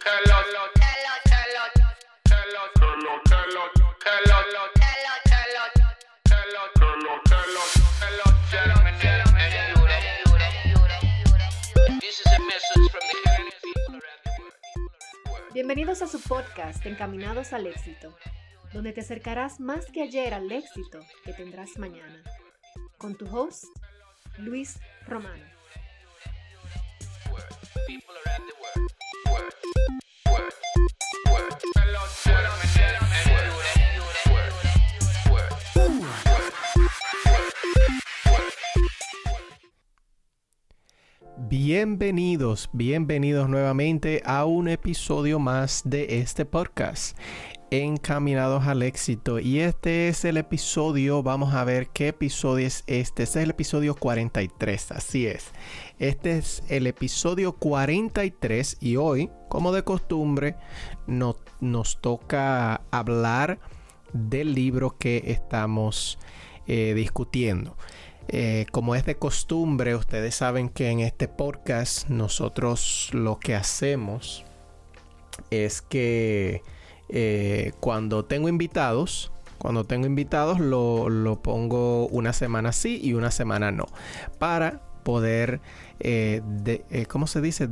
Bienvenidos a su podcast Encaminados al Éxito, donde te acercarás más que ayer al éxito que tendrás mañana. Con tu host, Luis Romano. Bienvenidos nuevamente a un episodio más de este podcast, Encaminados al Éxito. Y este es el episodio, vamos a ver qué episodio es este. Este es el episodio 43, así es. Este es el episodio 43 y hoy, como de costumbre, nos toca hablar del libro que estamos discutiendo. Como es de costumbre, ustedes saben que en este podcast nosotros lo que hacemos es que cuando tengo invitados lo pongo una semana sí y una semana no, para poder, ¿cómo se dice?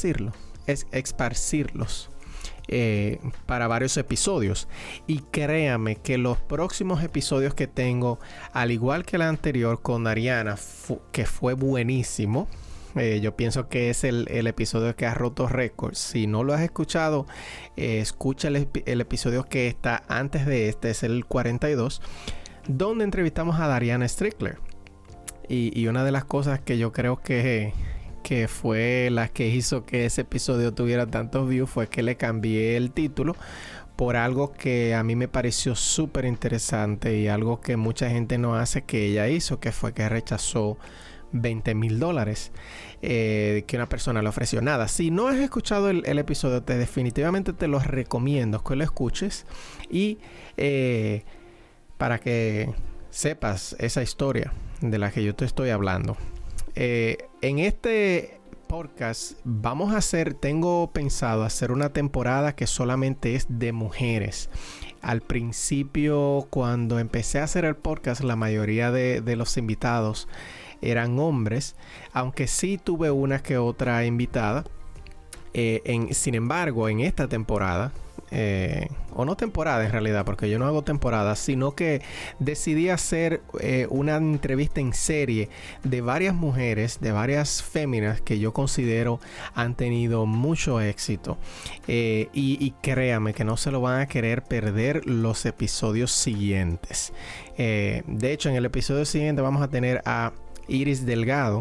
Esparcirlos. Para varios episodios, y créame que los próximos episodios que tengo, al igual que el anterior con Ariana, que fue buenísimo, yo pienso que es el episodio que ha roto récords. Si no lo has escuchado, escucha el episodio que está antes de este, es el 42, donde entrevistamos a Dariana Strickler, y una de las cosas que yo creo que fue la que hizo que ese episodio tuviera tantos views fue que le cambié el título por algo que a mí me pareció súper interesante y algo que mucha gente no hace, que ella hizo, que fue que rechazó $20,000 que una persona le ofreció. Nada, si no has escuchado el episodio, definitivamente te lo recomiendo que lo escuches, y para que sepas esa historia de la que yo te estoy hablando. En este podcast tengo pensado hacer una temporada que solamente es de mujeres. Al principio, cuando empecé a hacer el podcast, la mayoría de los invitados eran hombres, aunque sí tuve una que otra invitada. Sin embargo, en esta temporada, o no temporada en realidad, porque yo no hago temporadas, sino que decidí hacer una entrevista en serie de varias mujeres, de varias féminas que yo considero han tenido mucho éxito, y créame que no se lo van a querer perder los episodios siguientes. De hecho, en el episodio siguiente vamos a tener a Iris Delgado,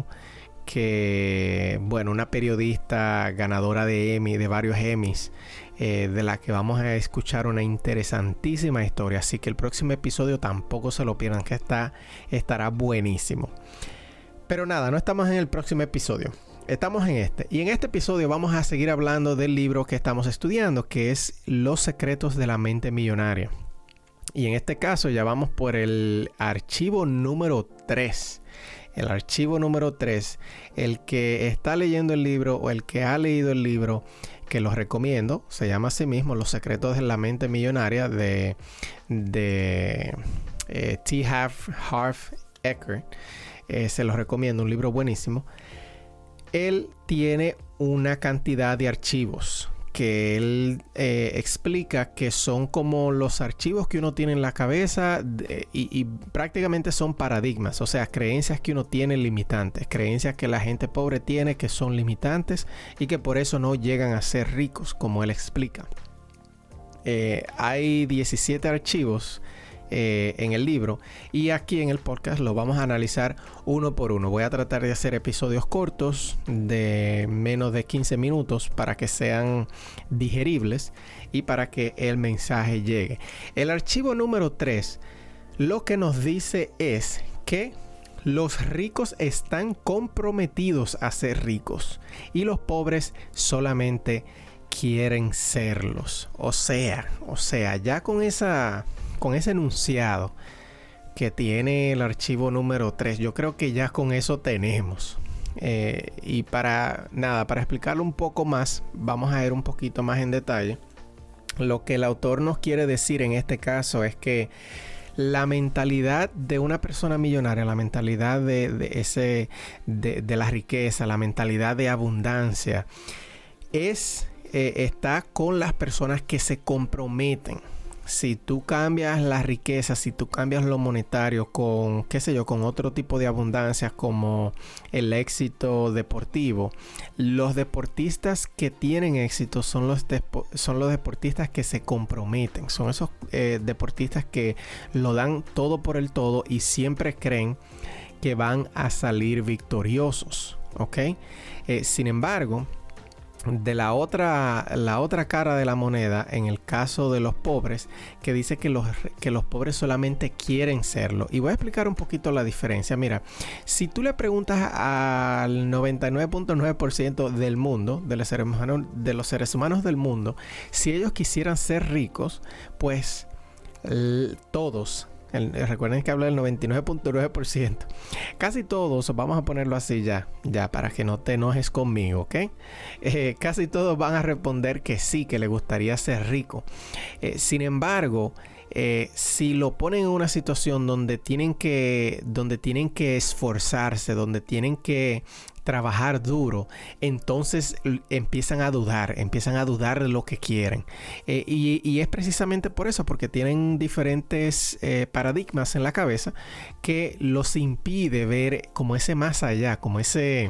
que, bueno, una periodista ganadora de Emmy, de varios Emmys, de la que vamos a escuchar una interesantísima historia. Así que el próximo episodio tampoco se lo pierdan, que estará buenísimo. Pero nada, no estamos en el próximo episodio, estamos en este. Y en este episodio vamos a seguir hablando del libro que estamos estudiando, que es Los secretos de la mente millonaria. Y en este caso ya vamos por el archivo número 3. El archivo número 3, el que está leyendo el libro o el que ha leído el libro, que los recomiendo, se llama así mismo Los secretos de la mente millonaria, de T. Harv Eker. Se los recomiendo, un libro buenísimo. Él tiene una cantidad de archivos que él explica que son como los archivos que uno tiene en la cabeza, y prácticamente son paradigmas, o sea, creencias que uno tiene limitantes, creencias que la gente pobre tiene que son limitantes y que por eso no llegan a ser ricos, como él explica. Hay 17 archivos en el libro, y aquí en el podcast lo vamos a analizar uno por uno. Voy a tratar de hacer episodios cortos de menos de 15 minutos para que sean digeribles y para que el mensaje llegue. El archivo número 3 lo que nos dice es que los ricos están comprometidos a ser ricos y los pobres solamente quieren serlos. O sea, ya con ese enunciado que tiene el archivo número 3, yo creo que ya con eso tenemos Y para explicarlo un poco más, vamos a ir un poquito más en detalle. Lo que el autor nos quiere decir en este caso es que la mentalidad de una persona millonaria, la mentalidad de la riqueza, la mentalidad de abundancia, está con las personas que se comprometen. Si tú cambias la riqueza, si tú cambias lo monetario con, con otro tipo de abundancia como el éxito deportivo, los deportistas que tienen éxito son los deportistas que se comprometen. Son esos deportistas que lo dan todo por el todo y siempre creen que van a salir victoriosos, ¿ok? Sin embargo, de la otra cara de la moneda, en el caso de los pobres, que dice que los pobres solamente quieren serlo. Y voy a explicar un poquito la diferencia. Mira, si tú le preguntas al 99.9% del mundo, de los seres humanos del mundo, si ellos quisieran ser ricos, pues todos... Recuerden que hablo del 99.9%. Casi todos, vamos a ponerlo así ya para que no te enojes conmigo, ¿ok? Casi todos van a responder que sí, que les gustaría ser rico. Sin embargo, si lo ponen en una situación donde tienen que esforzarse, donde tienen que trabajar duro, entonces empiezan a dudar de lo que quieren. Y es precisamente por eso, porque tienen diferentes paradigmas en la cabeza que los impide ver como ese más allá, como ese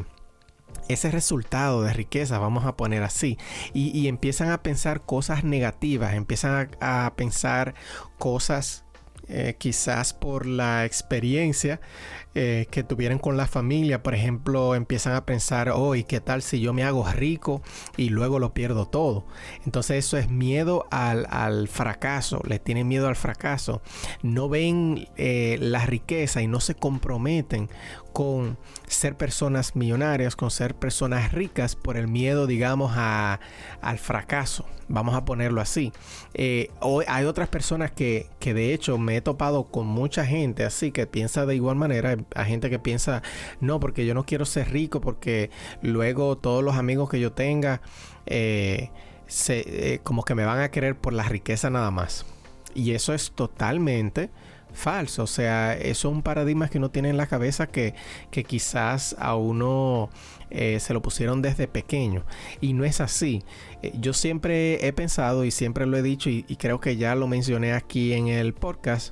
resultado de riqueza, vamos a poner así, y empiezan a pensar cosas negativas, empiezan a pensar cosas quizás por la experiencia que tuvieron con la familia. Por ejemplo, empiezan a pensar, ¿y qué tal si yo me hago rico y luego lo pierdo todo? Entonces eso es miedo al fracaso, le tienen miedo al fracaso, no ven la riqueza y no se comprometen con ser personas millonarias, con ser personas ricas por el miedo, digamos, al fracaso. Vamos a ponerlo así. Hay otras personas que de hecho me he topado con mucha gente así que piensa de igual manera. Hay gente que piensa, no, porque yo no quiero ser rico porque luego todos los amigos que yo tenga como que me van a querer por la riqueza nada más. Y eso es totalmente falso. O sea, eso es un paradigma que uno tiene en la cabeza que quizás a uno se lo pusieron desde pequeño, y no es así. Yo siempre he pensado y siempre lo he dicho, y creo que ya lo mencioné aquí en el podcast,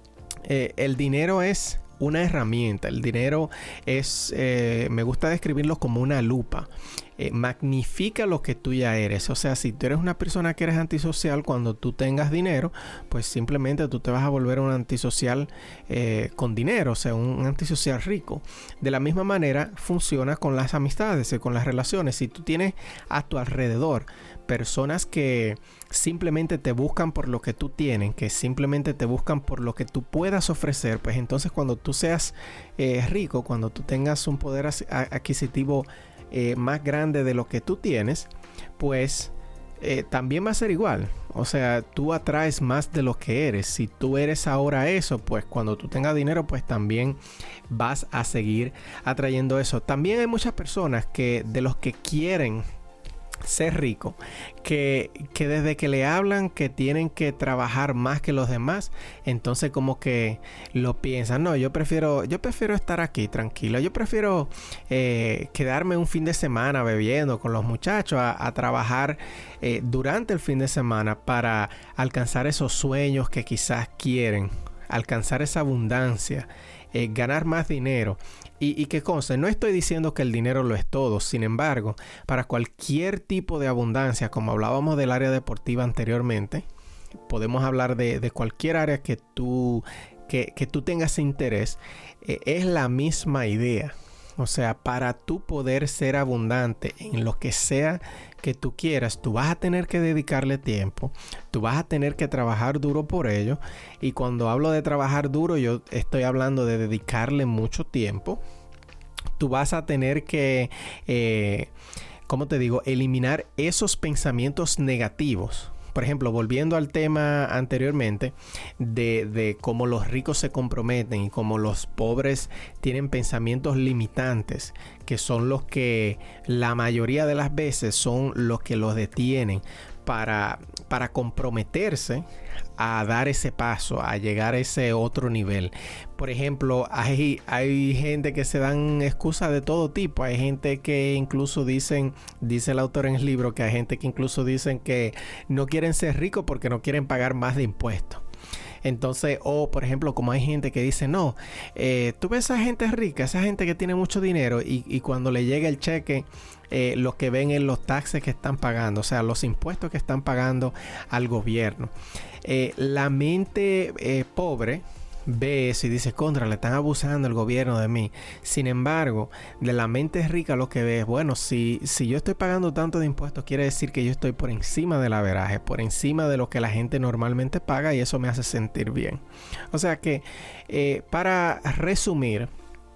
el dinero es una herramienta. El dinero es, me gusta describirlo como una lupa. Magnifica lo que tú ya eres. O sea, si tú eres una persona que eres antisocial, cuando tú tengas dinero, pues simplemente tú te vas a volver un antisocial con dinero, o sea, un antisocial rico. De la misma manera funciona con las amistades y con las relaciones. Si tú tienes a tu alrededor personas que simplemente te buscan por lo que tú tienes, que simplemente te buscan por lo que tú puedas ofrecer, pues entonces cuando tú seas rico, cuando tú tengas un poder adquisitivo más grande de lo que tú tienes, pues también va a ser igual. O sea, tú atraes más de lo que eres. Si tú eres ahora eso, pues cuando tú tengas dinero, pues también vas a seguir atrayendo eso. También hay muchas personas que de los que quieren ser rico, que desde que le hablan que tienen que trabajar más que los demás, entonces como que lo piensan, no, yo prefiero estar aquí tranquilo, yo prefiero quedarme un fin de semana bebiendo con los muchachos a trabajar durante el fin de semana para alcanzar esos sueños que quizás quieren, alcanzar esa abundancia, ganar más dinero. Y que conste, no estoy diciendo que el dinero lo es todo. Sin embargo, para cualquier tipo de abundancia, como hablábamos del área deportiva anteriormente, podemos hablar de cualquier área que tú tengas interés, es la misma idea. O sea, para tú poder ser abundante en lo que sea que tú quieras, tú vas a tener que dedicarle tiempo, tú vas a tener que trabajar duro por ello. Y cuando hablo de trabajar duro, yo estoy hablando de dedicarle mucho tiempo. Tú vas a tener que, ¿cómo te digo?, eliminar esos pensamientos negativos. Por ejemplo, volviendo al tema anteriormente de cómo los ricos se comprometen y cómo los pobres tienen pensamientos limitantes, que son los que la mayoría de las veces son los que los detienen para comprometerse a dar ese paso, a llegar a ese otro nivel. Por ejemplo, hay gente que se dan excusas de todo tipo. Hay gente que incluso dice el autor en el libro, que hay gente que incluso dicen que no quieren ser ricos porque no quieren pagar más de impuestos. Entonces, por ejemplo, como hay gente que dice, no, tú ves a esa gente rica, esa gente que tiene mucho dinero y cuando le llega el cheque, lo que ven es los taxes que están pagando, o sea, los impuestos que están pagando al gobierno. La mente pobre ve eso y dice, contra, le están abusando el gobierno de mí. Sin embargo, de la mente rica lo que ve es, bueno, si yo estoy pagando tanto de impuestos, quiere decir que yo estoy por encima del averaje, por encima de lo que la gente normalmente paga, y eso me hace sentir bien. O sea que, para resumir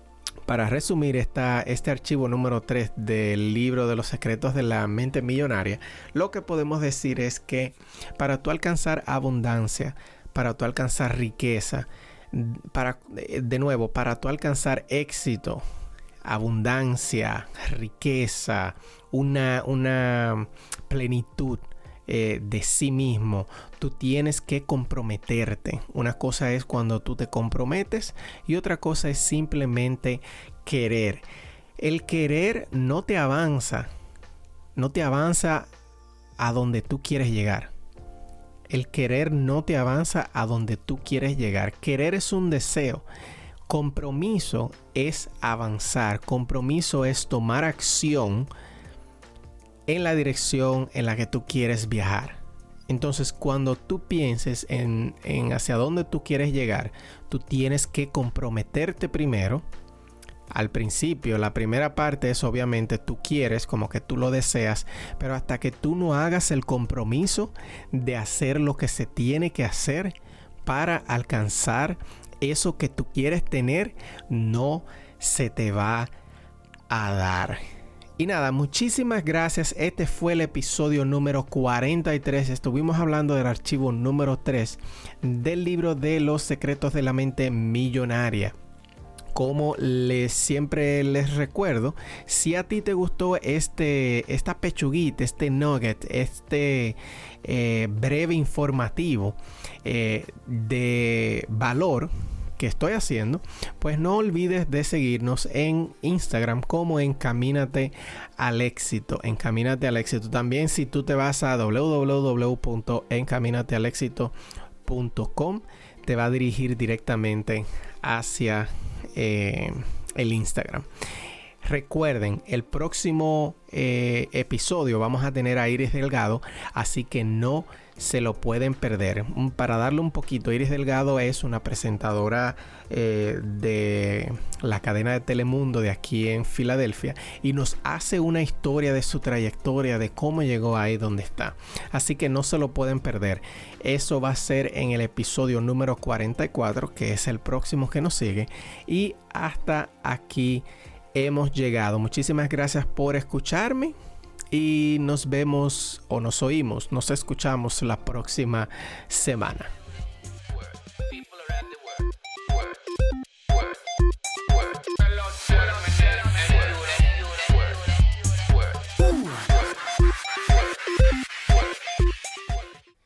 este archivo número 3 del libro de los secretos de la mente millonaria, lo que podemos decir es que para tú alcanzar abundancia, para tú alcanzar riqueza, para tú alcanzar éxito, abundancia, riqueza, una plenitud de sí mismo, tú tienes que comprometerte. Una cosa es cuando tú te comprometes y otra cosa es simplemente querer. El querer no te avanza a donde tú quieres llegar. El querer no te avanza a donde tú quieres llegar. Querer es un deseo. Compromiso es avanzar. Compromiso es tomar acción en la dirección en la que tú quieres viajar. Entonces, cuando tú pienses en hacia dónde tú quieres llegar, tú tienes que comprometerte primero. Al principio, la primera parte es obviamente tú quieres, como que tú lo deseas, pero hasta que tú no hagas el compromiso de hacer lo que se tiene que hacer para alcanzar eso que tú quieres tener, no se te va a dar. Y nada, muchísimas gracias. Este fue el episodio número 43. Estuvimos hablando del archivo número 3 del libro de los secretos de la mente millonaria. Como siempre les recuerdo, si a ti te gustó esta pechuguita, este nugget, breve informativo de valor que estoy haciendo, pues no olvides de seguirnos en Instagram como Encamínate al Éxito. Encamínate al Éxito. También si tú te vas a www.encaminatealexito.com, te va a dirigir directamente hacia el Instagram. Recuerden, el próximo episodio vamos a tener a Iris Delgado, así que no se lo pueden perder. Para darle un poquito, Iris Delgado es una presentadora de la cadena de Telemundo de aquí en Filadelfia y nos hace una historia de su trayectoria, de cómo llegó ahí donde está. Así que no se lo pueden perder. Eso va a ser en el episodio número 44, que es el próximo que nos sigue. Y hasta aquí hemos llegado. Muchísimas gracias por escucharme y nos vemos o nos oímos, nos escuchamos la próxima semana.